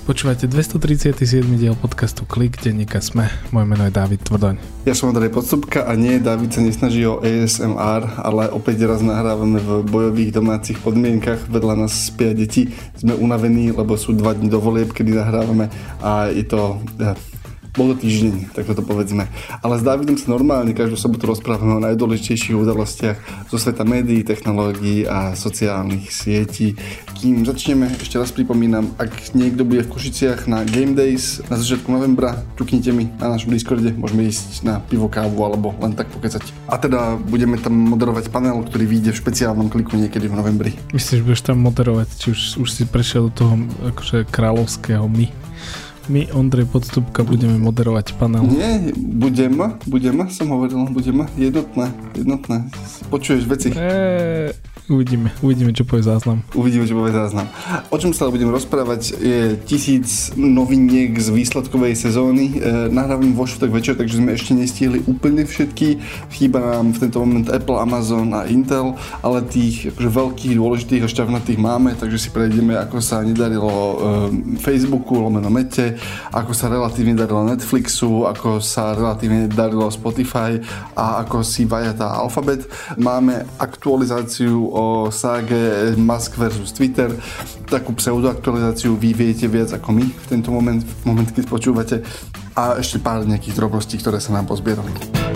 Počúvate 237. diel podcastu Klik, denníka SME. Moje meno je Dávid Tvrdoň. Ja som Andrej Podstupka a nie, Dávid sa nesnaží o ASMR, ale opäť raz nahrávame v bojových domácich podmienkach. Vedľa nás spia deti. Sme unavení, lebo sú 2 dni do volieb, kedy nahrávame a je to... Bol to týždeň, tak to povedzme. Ale s Dávidom sa normálne každú sobotu rozprávame o najdôležitejších udalostiach zo sveta médií, technológií a sociálnych sietí. Kým začneme, ešte raz pripomínam, ak niekto bude v Košiciach na Game Days na začiatku novembra, ťuknite mi na našom Discorde, môžeme ísť na pivo, kávu alebo len tak pokecať. A teda budeme tam moderovať panel, ktorý vyjde v špeciálnom kliku niekedy v novembri. Myslíš, že budeš tam moderovať? Či už si prešiel do toho akože kráľovského my? My, Ondrej Podstupka, budeme moderovať panel. Nie, budeme, som hovoril, budeme. Jednotné. Počuješ veci? Uvidíme, čo povie záznam. O čom sa budem rozprávať je 1000 noviniek z výsledkovej sezóny. Nahrávame vo štvrtok večer, takže sme ešte nestihli úplne všetky. Chýba nám v tento moment Apple, Amazon a Intel, ale tých akože veľkých, dôležitých a šťavnatých máme, takže si prejdeme, ako sa nedarilo Facebooku, lomeno Mete, ako sa relatívne darilo Netflixu, ako sa relatívne darilo Spotify a ako si vajatá Alphabet. Máme aktualizáciu o ságe Musk versus Twitter, takú pseudoaktualizáciu, vy viete viac ako my v tento moment, keď počúvate, a ešte pár nejakých drobností, ktoré sa nám pozbierali.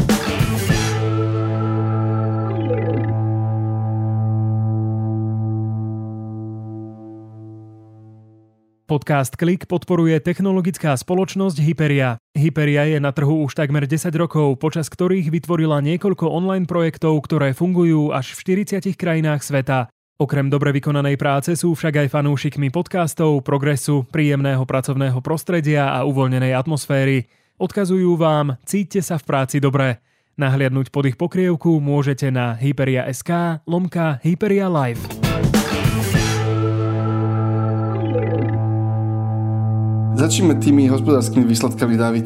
Podcast Klik podporuje technologická spoločnosť Hyperia. Hyperia je na trhu už takmer 10 rokov, počas ktorých vytvorila niekoľko online projektov, ktoré fungujú až v 40 krajinách sveta. Okrem dobre vykonanej práce sú však aj fanúšikmi podcastov, progresu, príjemného pracovného prostredia a uvoľnenej atmosféry. Odkazujú vám, cíťte sa v práci dobre. Nahliadnúť pod ich pokrievku môžete na hyperia.sk/Hyperia Live. Začneme tými hospodárskymi výsledkami, Dávid.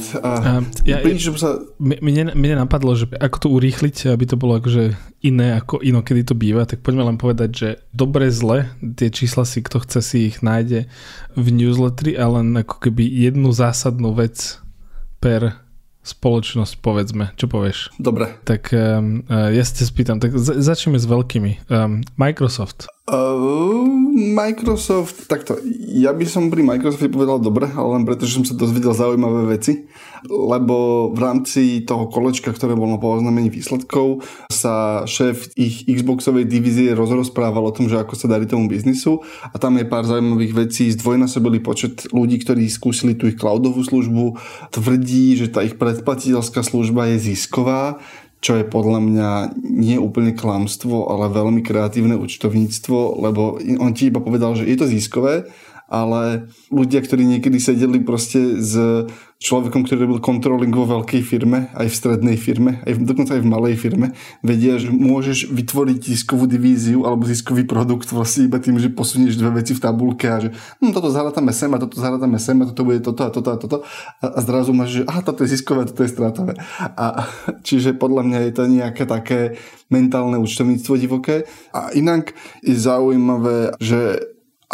Mne napadlo, že ako to urýchliť, aby to bolo akože iné ako inokedy to býva, tak poďme len povedať, že dobre, zle, tie čísla si, kto chce, si ich nájde v newsletteri, ale len ako keby jednu zásadnú vec per spoločnosť, povedzme. Čo povieš? Dobre. Tak ja sa spýtam, tak začneme s veľkými. Microsoft. Microsoft, takto, ja by som pri Microsofte povedal dobre, ale len preto, že som sa dozvedel zaujímavé veci, lebo v rámci toho kolečka, ktoré bolo po oznámení výsledkov, sa šéf ich Xboxovej divízie rozprával o tom, že ako sa darí tomu biznisu, a tam je pár zaujímavých vecí. Zdvojnásobili počet ľudí, ktorí skúsili tú ich cloudovú službu, tvrdí, že tá ich predplatiteľská služba je zisková, čo je podľa mňa nie úplne klamstvo, ale veľmi kreatívne účtovníctvo, lebo on ti iba povedal, že je to ziskové, ale ľudia, ktorí niekedy sedeli proste s človekom, ktorý robil controlling vo veľkej firme, aj v strednej firme, dokonca aj v malej firme, vedia, že môžeš vytvoriť ziskovú divíziu alebo ziskový produkt vlastne iba tým, že posunieš dve veci v tabuľke a že toto zahrátame sem a toto zahrátame sem a toto bude toto a toto a toto a zrazu máš, že toto je ziskové, toto je stratové. A čiže podľa mňa je to nejaké také mentálne účtovníctvo divoké. A inak je zaujímavé, že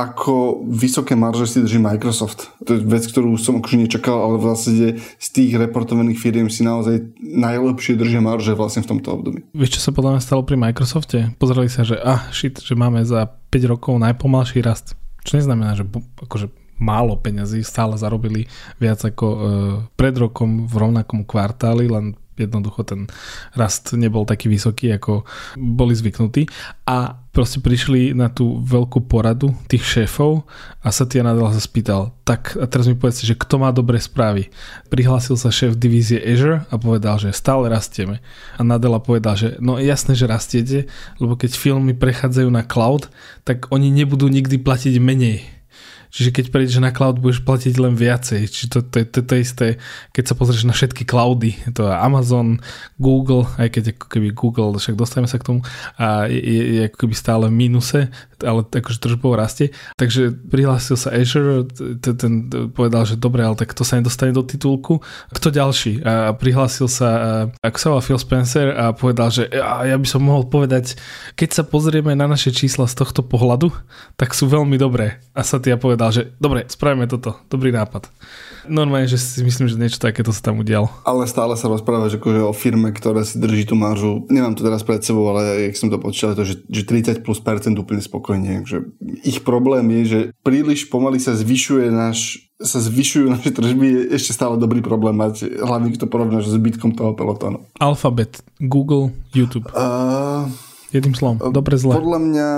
ako vysoké marže si drží Microsoft. To je vec, ktorú som akože nečakal, ale v zásade z tých reportovaných firiem si naozaj najlepšie držia marže vlastne v tomto období. Vieš, čo sa podľa mňa stalo pri Microsofte? Pozerali sa, že že máme za 5 rokov najpomalší rast. Čo neznamená, že akože málo peňazí, stále zarobili viac ako pred rokom v rovnakom kvartáli, len jednoducho ten rast nebol taký vysoký, ako boli zvyknutí, a proste prišli na tú veľkú poradu tých šéfov a Satya Nadella sa spýtal, tak a teraz mi povedzte, že kto má dobré správy. Prihlásil sa šéf divízie Azure a povedal, že stále rastieme. A Nadella povedal, že no jasné, že rastiete, lebo keď filmy prechádzajú na cloud, tak oni nebudú nikdy platiť menej. Čiže keď prejdeš na cloud, budeš platiť len viacej. Čiže to je isté, keď sa pozrieš na všetky cloudy. To je Amazon, Google, aj keď ako keby Google, však dostaneme sa k tomu, a je ako keby stále v mínuse, ale akože tržbovo rastie. Takže prihlásil sa Azure, ten povedal, že dobre, ale tak to sa nedostane do titulku. Kto ďalší? A prihlásil sa, ako sa volá, Phil Spencer, a povedal, že ja by som mohol povedať, keď sa pozrieme na naše čísla z tohto pohľadu, tak sú veľmi dobré. A Satya povedal, povedal, že dobre, spravíme toto, dobrý nápad. Normálne, že si myslím, že niečo takéto sa tam udialo. Ale stále sa rozprávaš akože o firme, ktorá si drží tú maržu. Nemám to teraz pred sebou, ale jak som to počítal, to, že 30% úplne spokojne. Takže ich problém je, že príliš pomaly sa zvyšujú naše tržby, je ešte stále dobrý problém mať, hlavne keď to porovnáš s zbytkom toho pelotónu. Alphabet, Google, YouTube. Jedným slovom, dobre, zle. Podľa mňa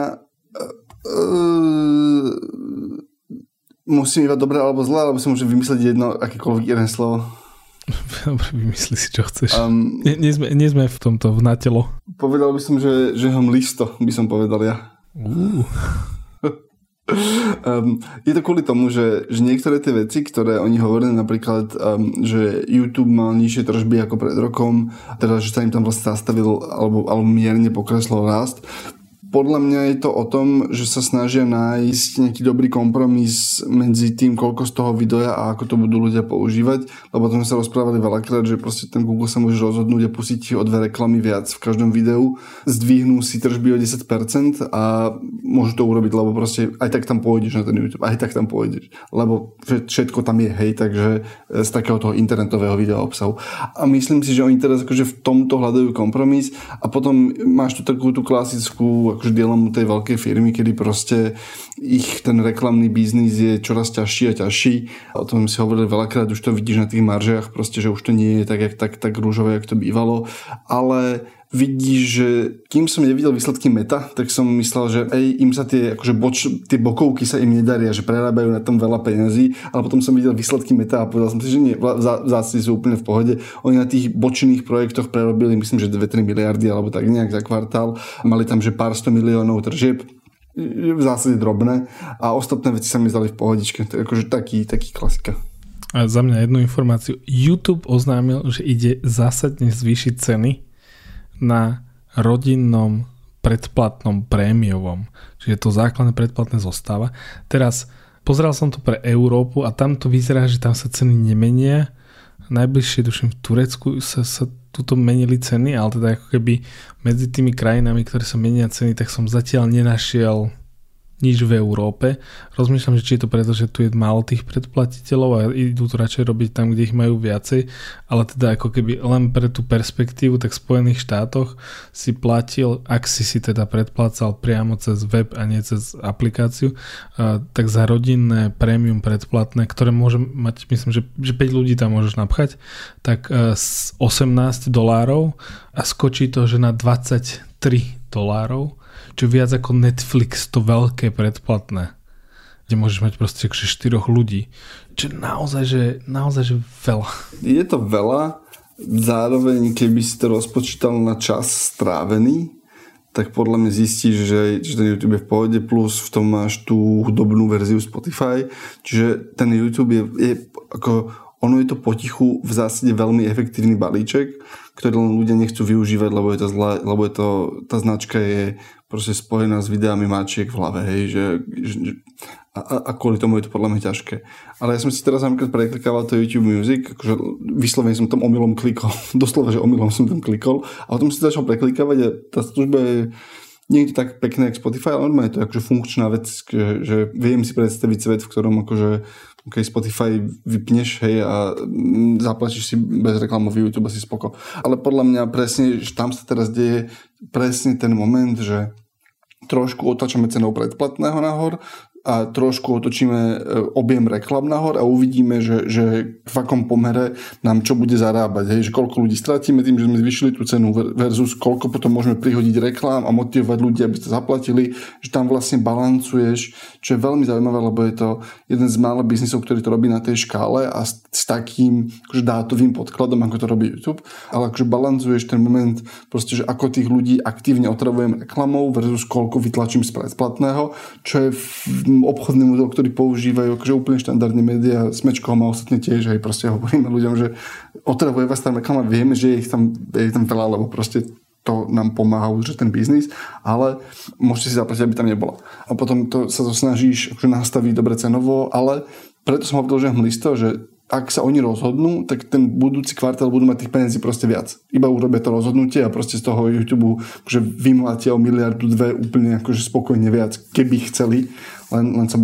musím iba dobre alebo zle, alebo si môžem vymyslieť jedno, akékoľvek jeden slovo. Dobre, vymysli si, čo chceš. Nie sme v tomto v natelo. Povedal by som, že hmlisto, by som povedal ja. Je to kvôli tomu, že niektoré tie veci, ktoré oni hovorili, napríklad, že YouTube mal nižšie tržby ako pred rokom, teda, že sa im tam vlastne zastavil alebo mierne pokreslo rast. Podľa mňa je to o tom, že sa snažia nájsť nejaký dobrý kompromis medzi tým, koľko z toho videa a ako to budú ľudia používať, lebo tam sa rozprávali veľakrát, že proste ten Google sa môže rozhodnúť a pustiť o 2 reklamy viac v každom videu, zdvihnú si tržby o 10% a môžu to urobiť, lebo proste aj tak tam pôjdeš na ten YouTube, aj tak tam pôjdeš, lebo všetko tam je, hej, takže z takého toho internetového videa obsahu. A myslím si, že oni teraz akože v tomto hľadajú kompromis a potom máš tu takú tú klasickú akože dielom tej veľkej firmy, kedy proste ich ten reklamný biznis je čoraz ťažší a ťažší. O tom si hovorili veľakrát, už to vidíš na tých maržiach, proste, že už to nie je tak rúžové, jak to bývalo, ale vidíš, že kým som nevidel výsledky Meta, tak som myslel, že im sa tie bokovky sa im nedaria, že prerábajú na tom veľa peňazí, ale potom som videl výsledky Meta a povedal som si, že nie, zásne sú úplne v pohode. Oni na tých bočných projektoch prerobili, myslím, že 2-3 miliardy alebo tak nejak za kvartál. Mali tam, že pár 100 miliónov tržieb, v zásade drobné a ostatné veci sa mi zdali v pohodičke. To je akože taký klasika. A za mňa jednu informáciu. YouTube oznámil, že ide zásadne zvýšiť ceny na rodinnom predplatnom prémiovom. Čiže to základné predplatné zostáva. Teraz pozeral som to pre Európu a tam to vyzerá, že tam sa ceny nemenia. Najbližšie, tuším, v Turecku sa tuto menili ceny, ale teda ako keby medzi tými krajinami, ktoré sa menia ceny, tak som zatiaľ nenašiel nič v Európe. Rozmýšľam, že či je to preto, že tu je málo tých predplatiteľov a idú to radšej robiť tam, kde ich majú viacej, ale teda ako keby len pre tú perspektívu, tak v Spojených štátoch si platil, ak si teda predplácal priamo cez web a nie cez aplikáciu, tak za rodinné prémium predplatné, ktoré môže mať, myslím, že 5 ľudí tam môžeš napchať, tak z $18 a skočí to, že na $23, čo viac ako Netflix, to veľké predplatné, kde môžeš mať proste 4 ľudí. Čo naozaj, že veľa. Je to veľa, zároveň keby si to rozpočítal na čas strávený, tak podľa mňa zistíš, že ten YouTube je v pohode, plus v tom máš tú hudobnú verziu Spotify, čiže ten YouTube je ako, ono je to potichu v zásade veľmi efektívny balíček, ktorý len ľudia nechcú využívať, lebo je to zlé, lebo je to, tá značka je proste spojená s videami mačiek v hlave, hej, a kvôli tomu je to podľa mňa ťažké. Ale ja som si teraz napríklad preklikával to YouTube Music, akože vyslovene som tam omylom klikol, doslova, že omylom som tam klikol a potom si začal preklikávať a tá služba je nie je to tak pekné ako Spotify, ale normálne je to akože funkčná vec, že viem si predstaviť svet, v ktorom akože Spotify vypneš, hej, a zaplatíš si bez reklamový YouTube asi spoko. Ale podľa mňa presne, že tam sa teraz deje presne ten moment, že trošku otáčame cenou predplatného nahor a trošku otočíme objem reklam nahor a uvidíme, že v akom pomere nám čo bude zarábať. Hej? Že koľko ľudí stratíme tým, že sme zvýšili tú cenu versus koľko potom môžeme prihodiť reklám a motivovať ľudí, aby ste zaplatili. Že tam vlastne balancuješ, čo je veľmi zaujímavé, lebo je to jeden z mála biznisov, ktorý to robí na tej škále a s takým akože dátovým podkladom, ako to robí YouTube. Ale akože balancuješ ten moment, proste, že ako tých ľudí aktívne otravujem reklamou versus koľko vytlačím z predplatného, čo je obchodný model, ktorý používajú akože úplne štandardne médiá, Smečko má ostatne tiež, aj proste hovoríme ľuďom, že otravuje vás tam reklama, vieme, že je tam veľa, lebo proste to nám pomáha udržať ten biznis, ale môžete si zaplatiť, aby tam nebola. A potom sa to snažíš akože nastaviť dobre cenovo, ale preto som hovoril, že hmlisto, že ak sa oni rozhodnú, tak ten budúci kvartál budú mať tých peniazí proste viac. Iba urobia to rozhodnutie a proste z toho YouTube akože vymlátia o 1-2 miliardy úplne akože spokojne viac, keby chceli, len sa boja.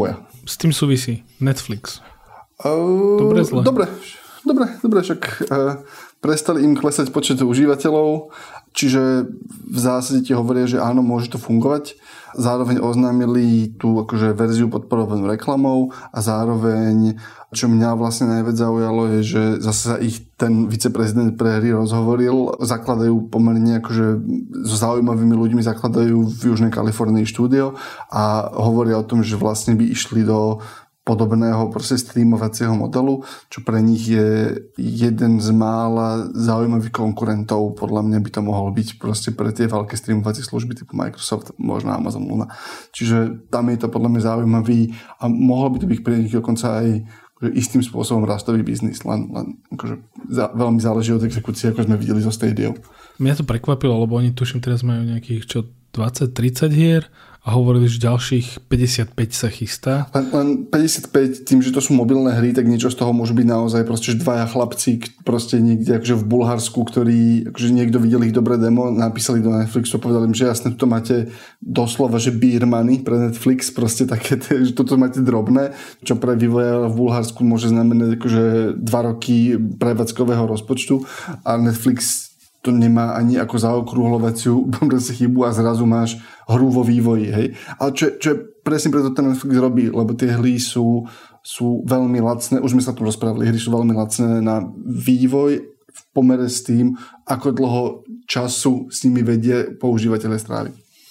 s tým súvisí Netflix. Dobre, zle? Dobre, však prestali im klesať počet užívateľov, čiže v zásade ti hovoria, že áno, môže to fungovať. Zároveň oznámili tú akože verziu podporovanú reklamou a zároveň, čo mňa vlastne najviac zaujalo, je, že zase sa ich ten viceprezident pre hry rozhovoril. Zakladajú pomerne akože so zaujímavými ľuďmi, zakladajú v Južnej Kalifornii štúdio a hovoria o tom, že vlastne by išli do podobného proste streamovacieho modelu, čo pre nich je jeden z mála zaujímavých konkurentov. Podľa mňa by to mohol byť proste pre tie veľké streamovacie služby typu Microsoft, možno Amazon Luna. Čiže tam je to podľa mňa zaujímavý a mohol by to byť pre nich dokonca aj istým spôsobom rastový biznis, len akože veľmi záleží od exekúcie, ako sme videli zo Stadia. Mňa to prekvapilo, lebo oni tuším teraz majú nejakých 20-30 hier a hovorili, že ďalších 55 sa chystá. Len 55, tým, že to sú mobilné hry, tak niečo z toho môže byť naozaj proste, že dvaja chlapci proste niekde akože v Bulharsku, ktorí akože niekto videl ich dobré demo, napísali do Netflixu, povedali im, že jasne, tu máte doslova, že beer money pre Netflix, proste také, že toto máte drobné, čo pre vývoja v Bulharsku môže znamenať akože 2 roky prevádzkového rozpočtu a Netflix to nemá ani ako zaokrúhlovaciu chybu a zrazu máš hru vo vývoji, hej. Ale čo je presne preto ten Netflix robí, lebo tie hry sú veľmi lacné, už sme sa tu rozprávali, hry sú veľmi lacné na vývoj v pomere s tým, ako dlho času s nimi vedie používateľe stráviť.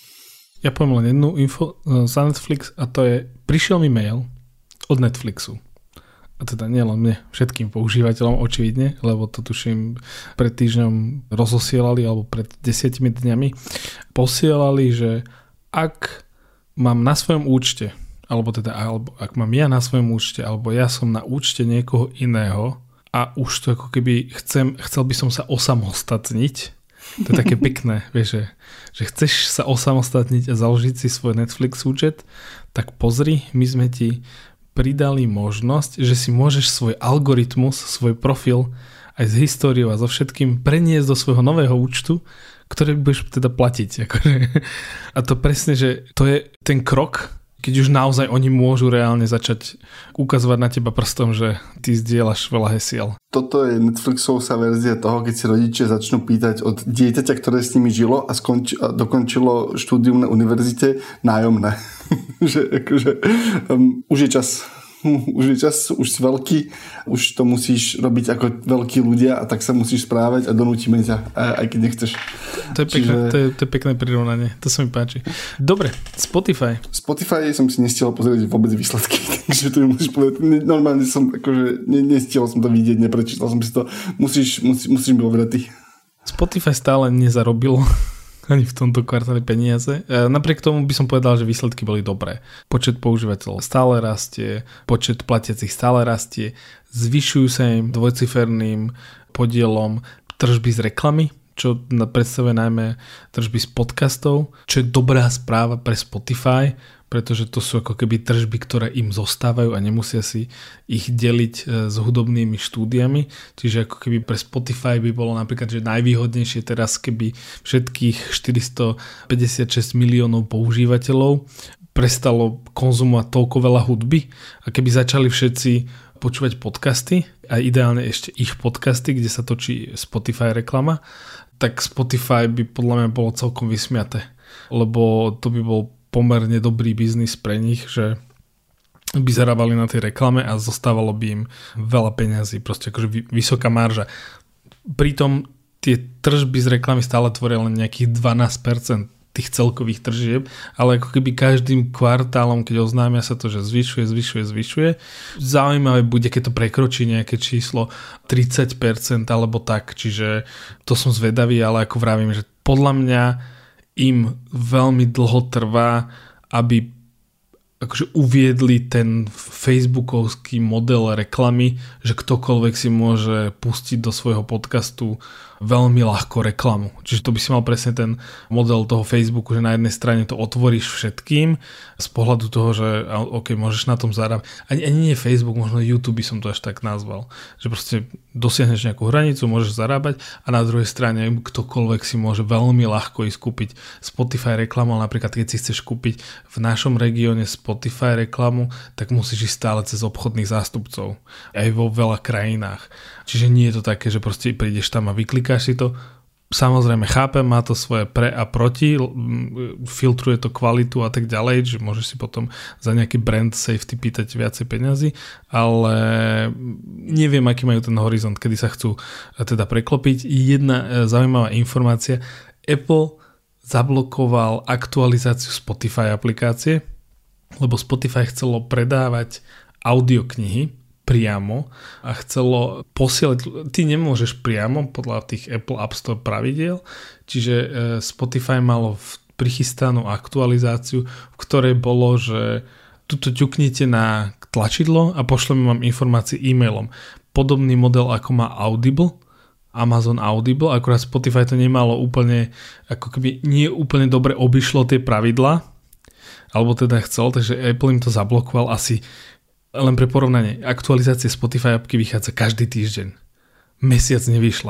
Ja poviem len jednu info za Netflix a to je, prišiel mi mail od Netflixu. A teda nielen mne, všetkým používateľom očividne, lebo to tuším pred týždňom rozosielali alebo pred 10 dňami. Posielali, že ak mám na svojom účte, alebo ak mám ja na svojom účte, alebo ja som na účte niekoho iného a už to ako keby chcel by som sa osamostatniť, to je také pekné, vieš, že chceš sa osamostatniť a založiť si svoj Netflix účet, tak pozri, my sme ti pridali možnosť, že si môžeš svoj algoritmus, svoj profil aj s históriou a so všetkým preniesť do svojho nového účtu, ktorý budeš teda platiť. A to presne, že to je ten krok, keď už naozaj oni môžu reálne začať ukazovať na teba prstom, že ty zdieľaš veľa hesiel. Toto je Netflixová verzia toho, keď si rodičia začnú pýtať od dieťaťa, ktoré s nimi žilo a dokončilo štúdium na univerzite, nájomné. Už je čas, už si veľký, už to musíš robiť ako veľkí ľudia a tak sa musíš správať a donútime ťa, aj keď nechceš. To je pekné prirovnanie, to sa mi páči. Dobre, Spotify som si nestiel pozrieť vôbec výsledky, takže to mi môžeš povedať. Normálne som akože nestiel som to vidieť, neprečítal som si to. Musíš byť overetý. Spotify stále nezarobil ani v tomto kvartále peniaze. Napriek tomu by som povedal, že výsledky boli dobré. Počet používateľov stále rastie, počet platiacich stále rastie, zvyšujú sa im dvojciferným podielom tržby z reklamy, čo predstavuje najmä tržby z podcastov, čo je dobrá správa pre Spotify, pretože to sú ako keby tržby, ktoré im zostávajú a nemusia si ich deliť s hudobnými štúdiami. Čiže ako keby pre Spotify by bolo napríklad, že najvýhodnejšie teraz, keby všetkých 456 miliónov používateľov prestalo konzumovať toľko veľa hudby a keby začali všetci počúvať podcasty a ideálne ešte ich podcasty, kde sa točí Spotify reklama, tak Spotify by podľa mňa bolo celkom vysmiaté, lebo to by bol pomerne dobrý biznis pre nich, že by zarábali na tej reklame a zostávalo by im veľa peňazí, proste akože vysoká marža. Pritom tie tržby z reklamy stále tvoria len nejakých 12% tých celkových tržieb, ale ako keby každým kvartálom, keď oznámia sa to, že zvyšuje. Zaujímavé bude, keď to prekročí nejaké číslo 30% alebo tak, čiže to som zvedavý, ale ako vravím, že podľa mňa im veľmi dlho trvá, aby akože uviedli ten facebookovský model reklamy, že ktokoľvek si môže pustiť do svojho podcastu veľmi ľahko reklamu. Čiže to by si mal presne ten model toho Facebooku, že na jednej strane to otvoríš všetkým z pohľadu toho, že OK, môžeš na tom zarábať. Ani nie Facebook, možno YouTube by som to až tak nazval. Že proste dosiahneš nejakú hranicu, môžeš zarábať a na druhej strane ktokoľvek si môže veľmi ľahko ísť kúpiť Spotify reklamu, ale napríklad keď si chceš kúpiť v našom regióne Spotify reklamu, tak musíš ísť stále cez obchodných zástupcov. Aj vo veľa krajinách. Čiže nie je to také, že proste prídeš tam a vyklikáš si to. Samozrejme chápem, má to svoje pre a proti, filtruje to kvalitu a tak ďalej, že môžeš si potom za nejaký brand safety pýtať viacej peňazí, ale neviem, aký majú ten horizont, kedy sa chcú teda preklopiť. Jedna zaujímavá informácia, Apple zablokoval aktualizáciu Spotify aplikácie, lebo Spotify chcelo predávať audioknihy priamo a chcelo posielať, ty nemôžeš priamo podľa tých Apple App Store pravidiel, čiže Spotify malo prichystanú aktualizáciu, v ktorej bolo, že tuto ťuknite na tlačidlo a pošleme vám informácie e-mailom. Podobný model ako má Audible, Amazon Audible, akurát Spotify to nemalo úplne, ako keby nie úplne dobre obišlo tie pravidlá, alebo teda chcel, takže Apple im to zablokoval asi. Len pre porovnanie, aktualizácie Spotify appky vychádza každý týždeň. Mesiac nevyšla,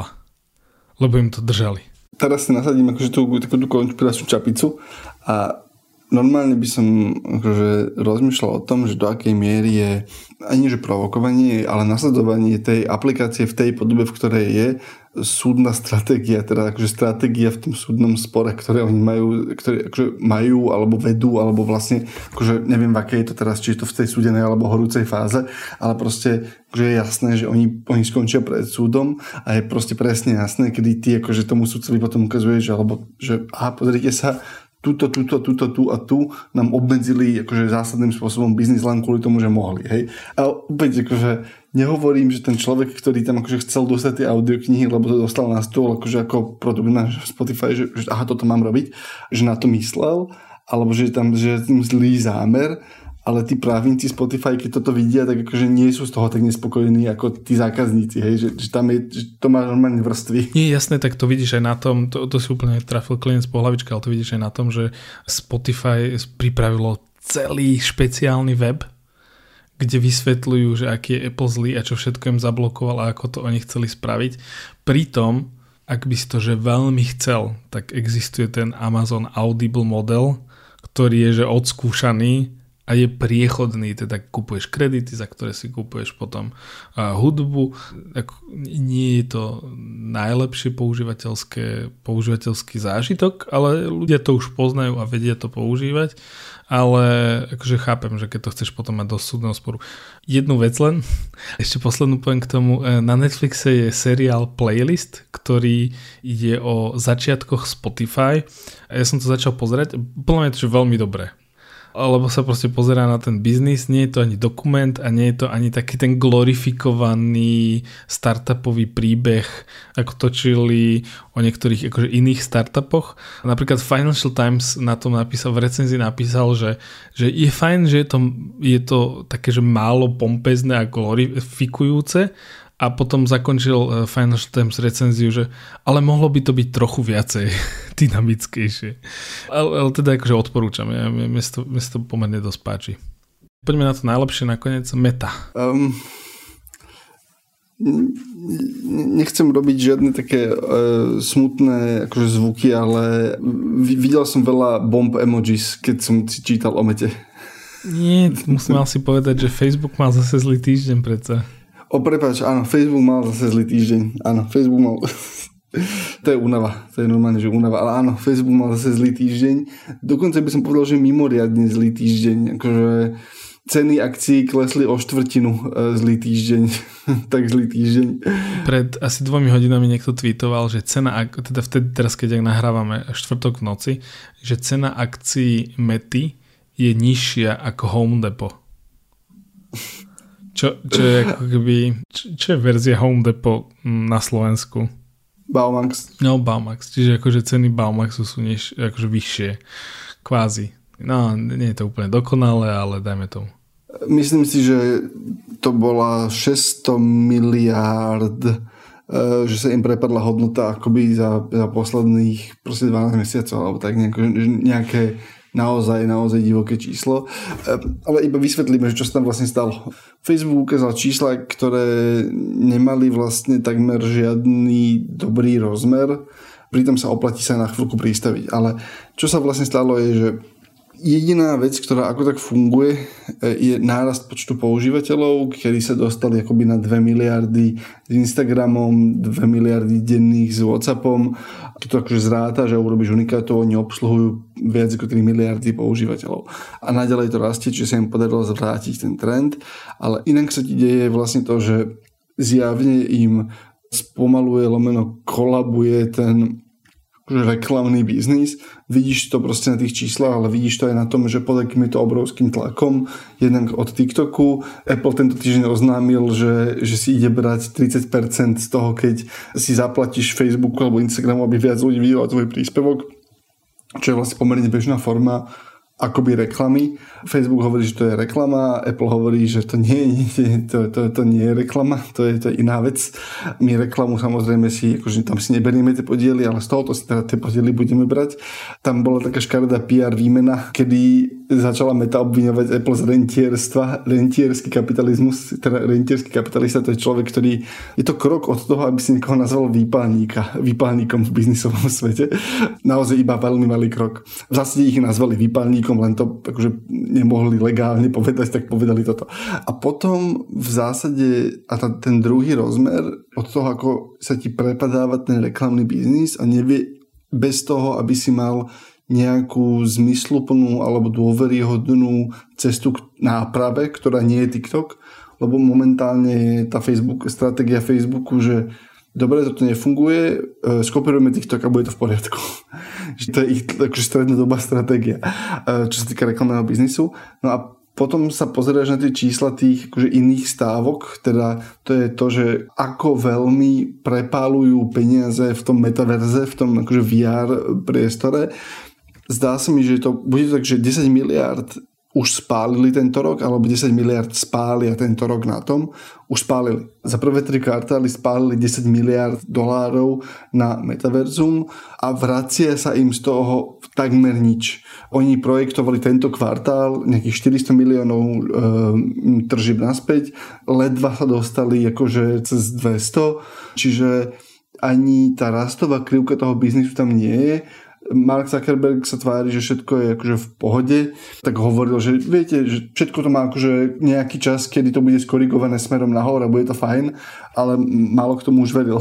lebo im to držali. Teraz si nasadím akože tú konšpiračnú čapicu a normálne by som akože rozmýšľal o tom, že do akej miery je ani že provokovanie, ale nasledovanie tej aplikácie v tej podobe, v ktorej je súdna stratégia, teda akože stratégia v tom súdnom spore, ktoré oni majú, ktoré akože majú alebo vedú, alebo vlastne akože neviem, v akej je to teraz, či je to v tej súdenej alebo horúcej fáze, ale proste akože je jasné, že oni skončia pred súdom a je proste presne jasné, kedy ty akože tomu súdcovi potom ukazuješ, alebo že aha, pozrite sa, tu a tu nám obmedzili akože zásadným spôsobom biznis len kvôli tomu, že mohli. Hej? A opäť akože nehovorím, že ten človek, ktorý tam akože chcel dostať tie audioknihy, lebo to dostal na stôl akože ako produkt na Spotify, že aha, toto mám robiť, že na to myslel, alebo že je tam zlý zámer, ale tí právnici Spotify, keď toto vidia, tak akože nie sú z toho tak nespokojení ako tí zákazníci, hej? Že tam je, že to má normálne vrstvy. Nie, jasné, tak to vidíš aj na tom, to si úplne trafil klient z pohľavička, ale to vidíš aj na tom, že Spotify pripravilo celý špeciálny web, kde vysvetľujú, že aký je Apple zlý a čo všetko im zablokoval a ako to oni chceli spraviť. Pritom, ak by si to že veľmi chcel, tak existuje ten Amazon Audible model, ktorý je že odskúšaný a je priechodný, teda kupuješ kredity, za ktoré si kupuješ potom hudbu. Nie je to najlepšie používateľský zážitok, ale ľudia to už poznajú a vedia to používať, ale akože chápem, že keď to chceš potom mať do súdneho sporu. Jednu vec len, ešte poslednú poviem k tomu, na Netflixe je seriál Playlist, ktorý ide o začiatkoch Spotify a ja som to začal pozerať, podľa mňa je to veľmi dobré. Lebo sa proste pozerá na ten biznis, nie je to ani dokument a nie je to ani taký ten glorifikovaný startupový príbeh, ako točili o niektorých akože iných startupoch. Napríklad Financial Times na tom napísal, v recenzii napísal, že je fajn, že je to také, že málo pompezné a glorifikujúce, a potom zakončil Financial Times recenziu, že ale mohlo by to byť trochu viacej dynamickejšie. Ale teda akože odporúčam, mne sa to pomerne dosť páči. Poďme na to najlepšie nakoniec, Meta. Nechcem robiť žiadne také smutné akože zvuky, ale videl som veľa bomb emojis, keď som si čítal o Mete. Nie, musím si povedať, že Facebook mal zase zlý týždeň predsa. Prepáč, áno, Facebook mal zase zlý týždeň. Áno, Facebook mal... To je únava. To je normálne, že únava. Ale áno, Facebook mal zase zlý týždeň. Dokonca by som povedal, že mimoriadne zlý týždeň. Akože ceny akcií klesli o štvrtinu zlý týždeň. Tak zlý týždeň. Pred asi 2 hodinami niekto tweetoval, že cena, teda vtedy teraz, keď nahrávame štvrtok v noci, že cena akcií Mety je nižšia ako Home Depot. Čo je ako keby, čo je verzia Home Depot na Slovensku? Baumax. No, Baumax. Čiže akože ceny Baumaxu sú akože vyššie. Kvázi. No, nie je to úplne dokonalé, ale dajme tomu. Myslím si, že to bola 600 miliárd že sa im prepadla hodnota akoby za posledných proste 12 mesiacov alebo tak nejaké naozaj divoké číslo. Ale iba vysvetlíme, že čo sa tam vlastne stalo. Facebook ukázal čísla, ktoré nemali vlastne takmer žiadny dobrý rozmer, pritom sa oplatí sa na chvíľku pristaviť. Ale čo sa vlastne stalo je, že jediná vec, ktorá ako tak funguje, je nárast počtu používateľov, kedy sa dostali akoby na 2 miliardy s Instagramom, 2 miliardy denných s WhatsAppom. Keď to akože zráta, že urobíš unikátov, oni obsluhujú viac ako 3 miliardy používateľov. A naďalej to rastie, čiže sa im podarilo zvrátiť ten trend. Ale inak sa ti deje vlastne to, že zjavne im spomaluje, lomeno kolabuje ten reklamný biznis. Vidíš to proste na tých číslach, ale vidíš to aj na tom, že pod akým je to obrovským tlakom. Jednak od TikToku. Apple tento týždeň oznámil, že si ide brať 30% z toho, keď si zaplatíš Facebooku alebo Instagramu, aby viac ľudí videlo tvoj príspevok, čo je vlastne pomerne bežná forma akoby reklamy. Facebook hovorí, že to je reklama, Apple hovorí, že to nie je reklama, to je iná vec. My reklamu samozrejme si, akože tam si neberieme tie podiely, ale z tohoto si teda tie podiely budeme brať. Tam bola taká škaredá PR výmena, kedy začala Meta obviňovať Apple z rentierstva, rentierský kapitalizmus, teda rentierský kapitalista, to je človek, ktorý, je to krok od toho, aby si niekoho nazval výpálnikom v biznisovom svete. Naozaj iba veľmi malý krok. V zásade ich nazvali výpálnikom, len to akože nemohli legálne povedať, tak povedali toto. A potom v zásade ten druhý rozmer od toho, ako sa ti prepadáva ten reklamný biznis a nevie bez toho, aby si mal nejakú zmysluplnú alebo dôveryhodnú cestu k náprave, ktorá nie je TikTok, lebo momentálne je tá stratégia Facebooku, že dobre, toto nefunguje, skopírujeme TikTok a bude to v poriadku. To je ich akože strednodobá stratégia, čo sa týka reklamného biznisu. No a potom sa pozeráš na tie čísla tých akože iných stávok, teda to je to, že ako veľmi prepálujú peniaze v tom metaverze, v tom akože VR priestore. Zdá sa mi, že bude to tak, že 10 miliard už spálili tento rok, alebo 10 miliard spália tento rok na tom, už spálili. Za prvé 3 kvartály spálili 10 miliard dolárov na metaverzum a vracia sa im z toho takmer nič. Oni projektovali tento kvartál nejakých 400 miliónov tržieb naspäť, ledva sa dostali akože cez 200, čiže ani tá rastová krivka toho biznisu tam nie je. Mark Zuckerberg sa tvári, že všetko je akože v pohode, tak hovoril, že viete, že všetko to má akože nejaký čas, kedy to bude skorigované smerom nahor a bude to fajn, ale málo k tomu už veril.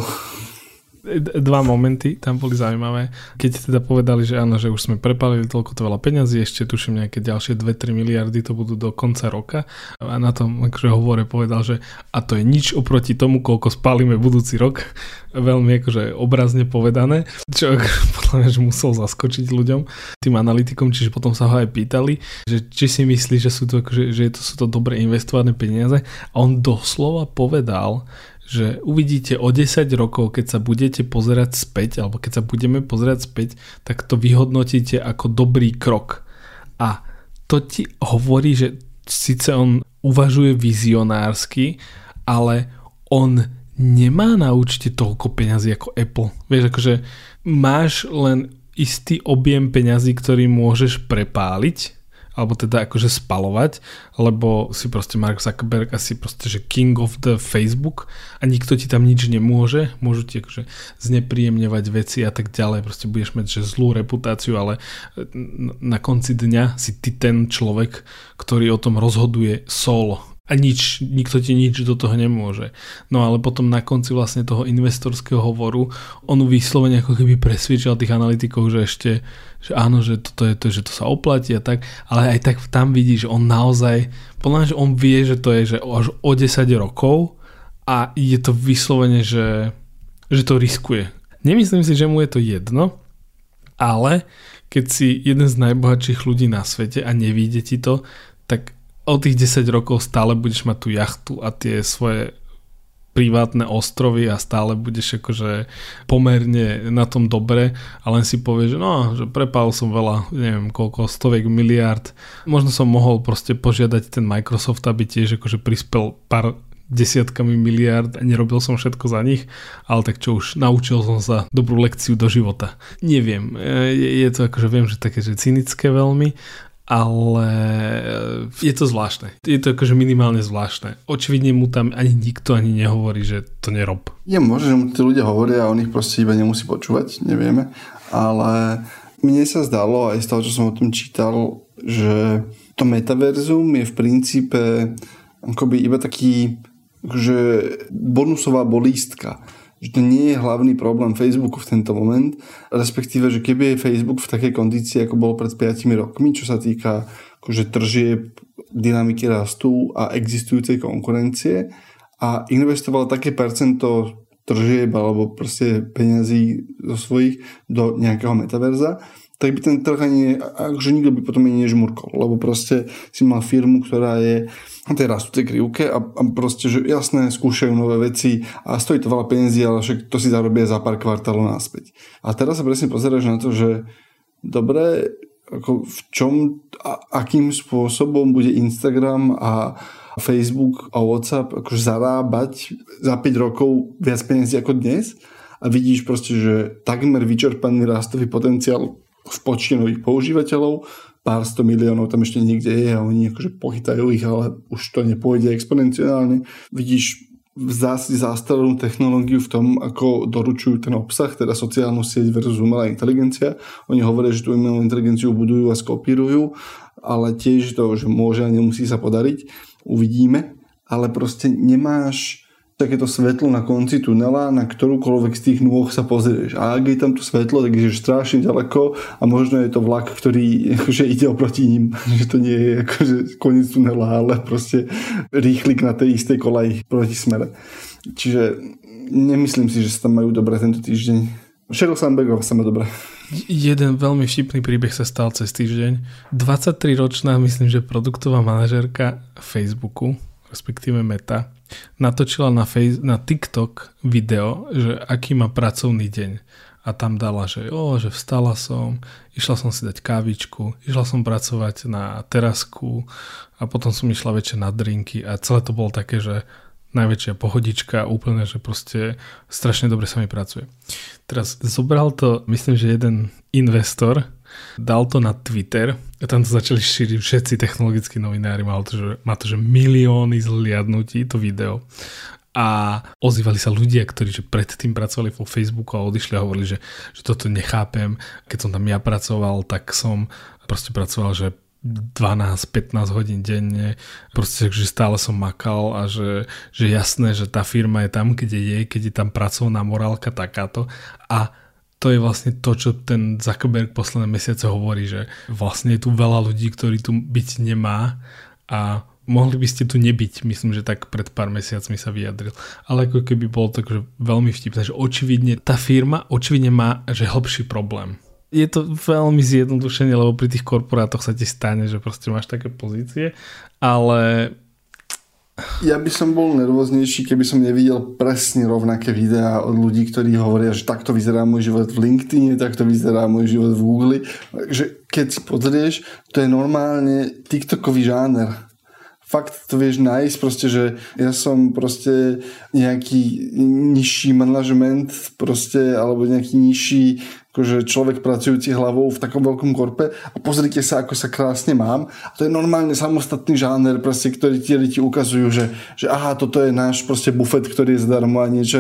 Dva momenty tam boli zaujímavé. Keď teda povedali, že áno, že už sme prepálili toľko to veľa peňazí, ešte tuším nejaké ďalšie 2-3 miliardy to budú do konca roka a na tom akože hovore povedal, že a to je nič oproti tomu, koľko spálime budúci rok. Veľmi akože obrazne povedané, čo podľa mňa, že musel zaskočiť ľuďom, tým analytikom, čiže potom sa ho aj pýtali, že či si myslí, že sú to, akože, že sú to dobre investované peniaze a on doslova povedal, že uvidíte o 10 rokov, keď sa budete pozerať späť, alebo keď sa budeme pozerať späť, tak to vyhodnotíte ako dobrý krok. A to ti hovorí, že síce on uvažuje vizionársky, ale on nemá na účte toľko peňazí ako Apple. Vieš, akože máš len istý objem peňazí, ktorý môžeš prepáliť, alebo teda akože spalovať, lebo si proste Mark Zuckerberg asi proste, že king of the Facebook a nikto ti tam nič nemôže, môžu ti akože znepríjemňovať veci a tak ďalej, proste budeš mať že zlú reputáciu, ale na konci dňa si ty ten človek, ktorý o tom rozhoduje solo a nikto ti nič do toho nemôže. No ale potom na konci vlastne toho investorského hovoru on vyslovene ako keby presvedčil tých analytikov, že ešte že áno, že toto je to, že to sa oplatí a tak, ale aj tak tam vidí, že on naozaj, podľa mňa, že on vie, že to je že až o 10 rokov a je to vyslovene, že to riskuje. Nemyslím si, že mu je to jedno, ale keď si jeden z najbohatších ľudí na svete a nevíde ti to, tak o tých 10 rokov stále budeš mať tú jachtu a tie svoje privátne ostrovy a stále budeš akože pomerne na tom dobre a len si povieš, že no, že prepálil som veľa, neviem koľko, stoviek miliárd. Možno som mohol proste požiadať ten Microsoft, aby tiež akože prispel pár desiatkami miliárd a nerobil som všetko za nich, ale tak čo už, naučil som sa dobrú lekciu do života. Neviem, je to akože viem, že také, že cynické veľmi, ale je to zvláštne. Je to akože minimálne zvláštne. Očividne mu tam ani nikto ani nehovorí, že to nerob. Je možné, že mu tí ľudia hovoria a on ich proste iba nemusí počúvať, nevieme, ale mne sa zdalo aj z toho, čo som o tom čítal, že to metaverzum je v princípe akoby iba taký akože bonusová bolístka. Že to nie je hlavný problém Facebooku v tento moment, respektíve, že keby je Facebook v takej kondícii, ako bol pred 5 rokmi, čo sa týka akože tržieb, dynamiky rastu a existujúcej konkurencie a investoval také percento tržieb alebo proste peňazí zo svojich do nejakého metaverza, tak by ten trh ani, akože nikto by potom ani nežmurkol, lebo proste si mal firmu, ktorá je na tej rastúcej krivke a proste, že jasné, skúšajú nové veci a stojí to veľa peniazí, ale však to si zarobia za pár kvartálov naspäť. A teraz sa presne pozeráš na to, že dobre, ako v čom, akým spôsobom bude Instagram a Facebook a WhatsApp akože zarábať za 5 rokov viac peniazí ako dnes a vidíš proste, že takmer vyčerpaný rastový potenciál v počte nových používateľov, pár 100 miliónov tam ešte niekde je a oni akože pochytajú ich, ale už to nepôjde exponenciálne. Vidíš v zásade zastaranú technológiu v tom, ako doručujú ten obsah, teda sociálnu sieť versus umelá inteligencia. Oni hovoria, že tú umelú inteligenciu budujú a skopírujú, ale tiež to, že môže a nemusí sa podariť, uvidíme, ale proste nemáš takéto svetlo na konci tunela, na ktorúkoľvek z tých nôh sa pozrieš. A ak je tam to svetlo, tak je strašne ďaleko a možno je to vlak, ktorý akože ide oproti ním. Že to nie je akože koniec tunela, ale proste rýchlik na tej istej kolaji proti smere. Čiže nemyslím si, že sa tam majú dobre tento týždeň. Sheryl Sandbergová sa má dobre. Jeden veľmi vtipný príbeh sa stal cez týždeň. 23-ročná, myslím, že produktová manažérka Facebooku, respektíve Meta, natočila na TikTok video, že aký má pracovný deň. A tam dala, že vstala som, išla som si dať kávičku, išla som pracovať na terasku a potom som išla večer na drinky a celé to bolo také, že najväčšia pohodička, úplne, že proste strašne dobre sa mi pracuje. Teraz zobral to, myslím, že jeden investor, dal to na Twitter a tam to začali šíriť všetci technologickí novinári, má to, že milióny zhliadnutí to video. A ozývali sa ľudia, ktorí že predtým pracovali vo Facebooku a odišli a hovorili, že toto nechápem. Keď som tam ja pracoval, tak som proste pracoval, že 12-15 hodín denne, proste, že stále som makal a že jasné, že tá firma je tam, kde je, keď je tam pracovná morálka takáto a to je vlastne to, čo ten Zuckerberg posledné mesiace hovorí, že vlastne je tu veľa ľudí, ktorí tu byť nemá a mohli by ste tu nebyť, myslím, že tak pred pár mesiacmi sa vyjadril. Ale ako keby bolo to akože veľmi vtipné, že očividne tá firma má že hlbší problém. Je to veľmi zjednodušenie, lebo pri tých korporátoch sa ti stane, že proste máš také pozície, ale ja by som bol nervóznejší, keby som nevidel presne rovnaké videá od ľudí, ktorí hovoria, že takto vyzerá môj život v LinkedIne, takto vyzerá môj život v Google. Takže keď si pozrieš, to je normálne TikTokový žáner. Fakt to vieš nájsť proste, že ja som proste nejaký nižší manažment proste, alebo nejaký nižší akože človek pracujúci hlavou v takom veľkom korpe a pozrite sa, ako sa krásne mám. A to je normálne samostatný žáner, proste, ktorý ti ukazujú, že aha, toto je náš proste bufet, ktorý je zadarmo a niečo.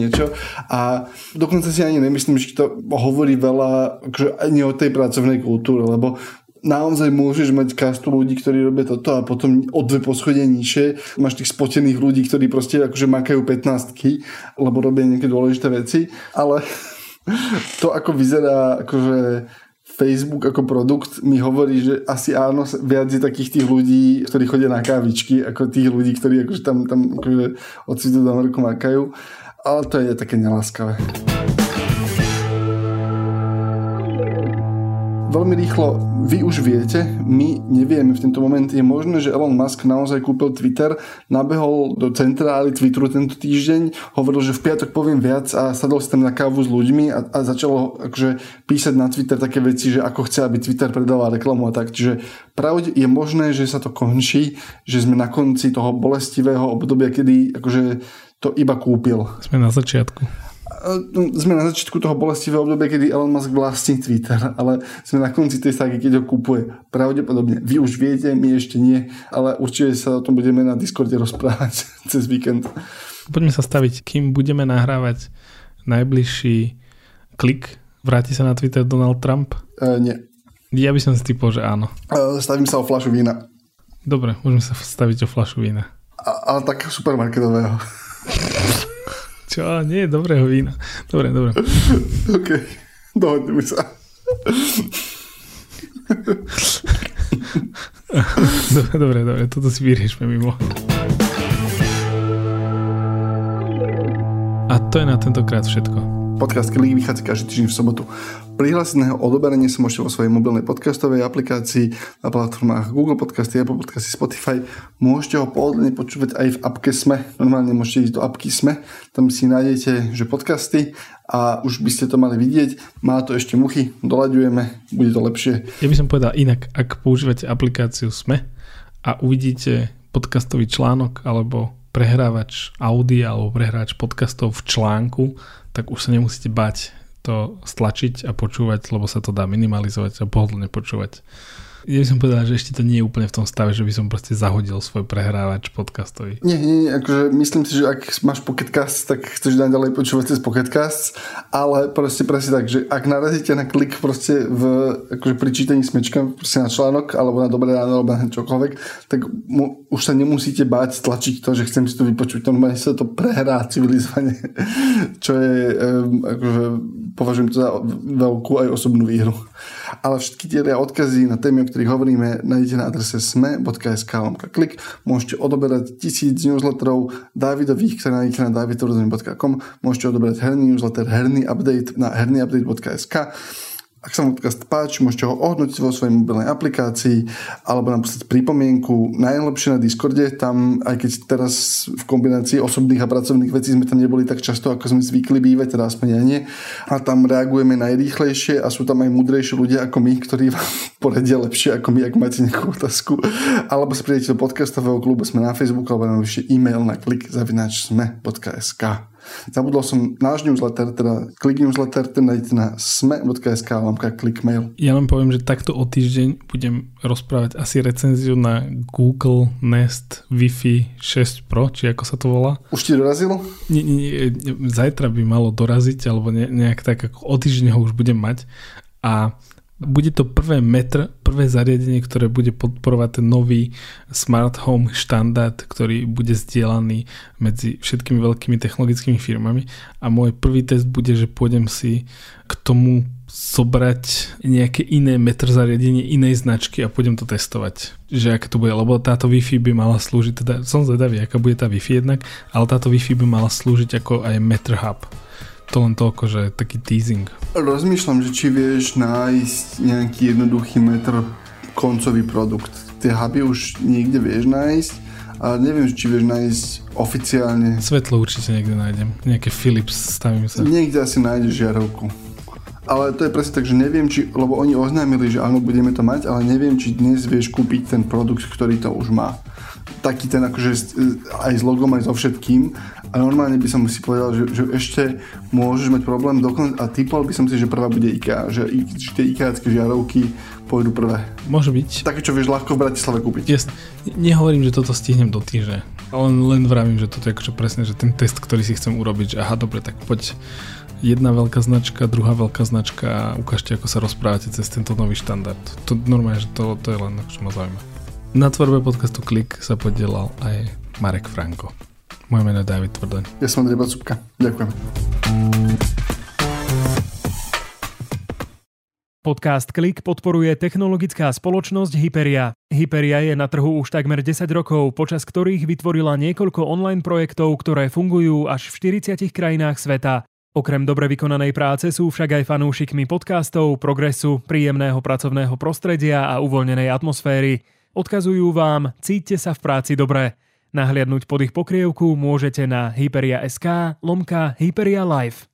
A dokonca si ani nemyslím, že to hovorí veľa akože ani o tej pracovnej kultúre, lebo naozaj môžeš mať kastu ľudí, ktorí robia toto a potom o 2 poschodia nižšie máš tých spotených ľudí, ktorí proste akože makajú 15-ky, lebo robia nejaké dôležité veci, ale to, ako vyzerá akože Facebook ako produkt, mi hovorí, že asi áno, viac je takých tých ľudí, ktorí chodia na kávičky, ako tých ľudí, ktorí akože tam akože od svitu do mrku makajú, ale to je také neláskavé. veľmi rýchlo, vy už viete, my nevieme v tento moment. Je možné, že Elon Musk naozaj kúpil Twitter, nabehol do centrály Twitteru tento týždeň, hovoril, že v piatok poviem viac a sadol si tam na kávu s ľuďmi a začalo akože písať na Twitter také veci, že ako chce, aby Twitter predával reklamu a tak. Čiže pravde je možné, že sa to končí, že sme na konci toho bolestivého obdobia, kedy akože to iba kúpil. Sme na začiatku. Sme na začiatku toho bolestivého obdobia, kedy Elon Musk vlastní Twitter, ale sme na konci tej ságy, keď ho kúpuje. Pravdepodobne. Vy už viete, my ešte nie, ale určite sa o tom budeme na Discorde rozprávať cez víkend. Poďme sa staviť, kým budeme nahrávať najbližší klik. Vráti sa na Twitter Donald Trump? Nie. Ja by som si typol, že áno. Stavím sa o fľašu vína. Dobre, môžeme sa staviť o fľašu vína. Ale tak supermarketového. Čo? Nie, dobrého vína. Dobre. OK, dohodneme sa. Dobre, toto si vyriešme mimo. A to je na tentokrát všetko. Podcast Klik vychádza každý týždeň v sobotu. Prihláseného odoberanie sa môžete vo svojej mobilnej podcastovej aplikácii na platformách Google Podcasty, Apple Podcasty, Spotify. Môžete ho pohodlne počúvať aj v appke SME. Normálne môžete ísť do appky SME. Tam si nájdete, že podcasty a už by ste to mali vidieť. Má to ešte muchy, doľaďujeme, bude to lepšie. Ja by som povedal inak, ak používate aplikáciu SME a uvidíte podcastový článok alebo prehrávač audia alebo prehrávač podcastov v článku, tak už sa nemusíte báť to stlačiť a počúvať, lebo sa to dá minimalizovať a pohodlne počúvať. Ja by som povedal, že ešte to nie je úplne v tom stave, že by som proste zahodil svoj prehrávač podcastový. Nie, akože myslím si, že ak máš Pocket Casts, tak chceš ďalej počúvať cez Pocket Casts, ale proste presne tak, že ak narazíte na klik proste akože pri čítaní smečka proste na článok, alebo na Dobré ráno, alebo na čokoľvek, tak už sa nemusíte báť tlačiť to, že chcem si to vypočuť. Normálne sa to prehrá civilizovane, čo je akože považujem to za veľkú aj osobnú výhru. Ale všetky tie odkazy na témy, o ktorých hovoríme, nájdete na adrese sme.sk/klik. Môžete odoberať 1000 newsletterov Dávidových, ktoré nájdete na davidovrodzený.com. Môžete odoberať herný newsletter Herný update na hernyupdate.sk. Ak sa vám podcast páči, môžete ho ohodnotiť vo svojej mobilnej aplikácii alebo nám poslať pripomienku. Najlepšie na Discorde, tam aj keď teraz v kombinácii osobných a pracovných vecí sme tam neboli tak často, ako sme zvykli bývať, teda aspoň nie. A tam reagujeme najrýchlejšie a sú tam aj múdrejší ľudia ako my, ktorí vám poradia lepšie ako my, ak máte nejakú otázku. Alebo sa pridajte do podcastového klubu, sme na Facebooku, alebo nám ešte e-mail na klik@sme.sk. Zabudol som náš newsletter, teda Klik newsletter, ten nájdete na sme.sk/klikmail. Ja len poviem, že takto o týždeň budem rozprávať asi recenziu na Google Nest Wi-Fi 6 Pro, či ako sa to volá. Už ti dorazil? Nie, zajtra by malo doraziť, alebo nejak tak, ako o týždeň ho už budem mať. A bude to prvé zariadenie, ktoré bude podporovať ten nový Smart Home štandard, ktorý bude zdieľaný medzi všetkými veľkými technologickými firmami. A môj prvý test bude, že pôjdem si k tomu zobrať nejaké iné zariadenie inej značky a pôjdem to testovať. Že aké to bude, lebo táto Wi-Fi by mala slúžiť, teda som zvedavý, aká bude tá Wi-Fi jednak, ale táto Wi-Fi by mala slúžiť ako aj Matter Hub. To len toľko, že taký teasing. Rozmýšľam, že či vieš nájsť nejaký jednoduchý metr koncový produkt. Tie huby už niekde vieš nájsť, ale neviem, či vieš nájsť oficiálne. Svetlo určite niekde nájdem. Nejaké Philips, stavím sa. Niekde asi nájdeš žiarovku. Ale to je presne tak, že neviem, či, lebo oni oznámili, že áno, budeme to mať, ale neviem, či dnes vieš kúpiť ten produkt, ktorý to už má. Taký ten akože aj s logom, aj so všetkým. A normálne by som si povedal, že ešte môžeš mať problém a typol by som si, že prvá bude IKEA, že tie IKEAcké žiarovky pôjdu prvé. Môže byť. Také, čo vieš ľahko v Bratislave kúpiť. Jasne. Nehovorím, že toto stihnem do týždňa. Len vravím, že toto je akože presne, že ten test, ktorý si chcem urobiť, že aha, dobre, tak poď jedna veľká značka, druhá veľká značka a ukážte, ako sa rozprávate cez tento nový štandard. To normálne, že to je len čo ma zaujíma. Na tvorbe podcastu Klik sa podielal aj Marek Franko. Moje meno je David Tvrdoň. Ja som Andrej Bacúbka. Ďakujem. Podcast Klik podporuje technologická spoločnosť Hyperia. Hyperia je na trhu už takmer 10 rokov, počas ktorých vytvorila niekoľko online projektov, ktoré fungujú až v 40 krajinách sveta. Okrem dobre vykonanej práce sú však aj fanúšikmi podcastov, progresu, príjemného pracovného prostredia a uvoľnenej atmosféry. Odkazujú vám, cíťte sa v práci dobre. Nahliadnuť pod ich pokrievku môžete na hyperia.sk/Hyperia Live.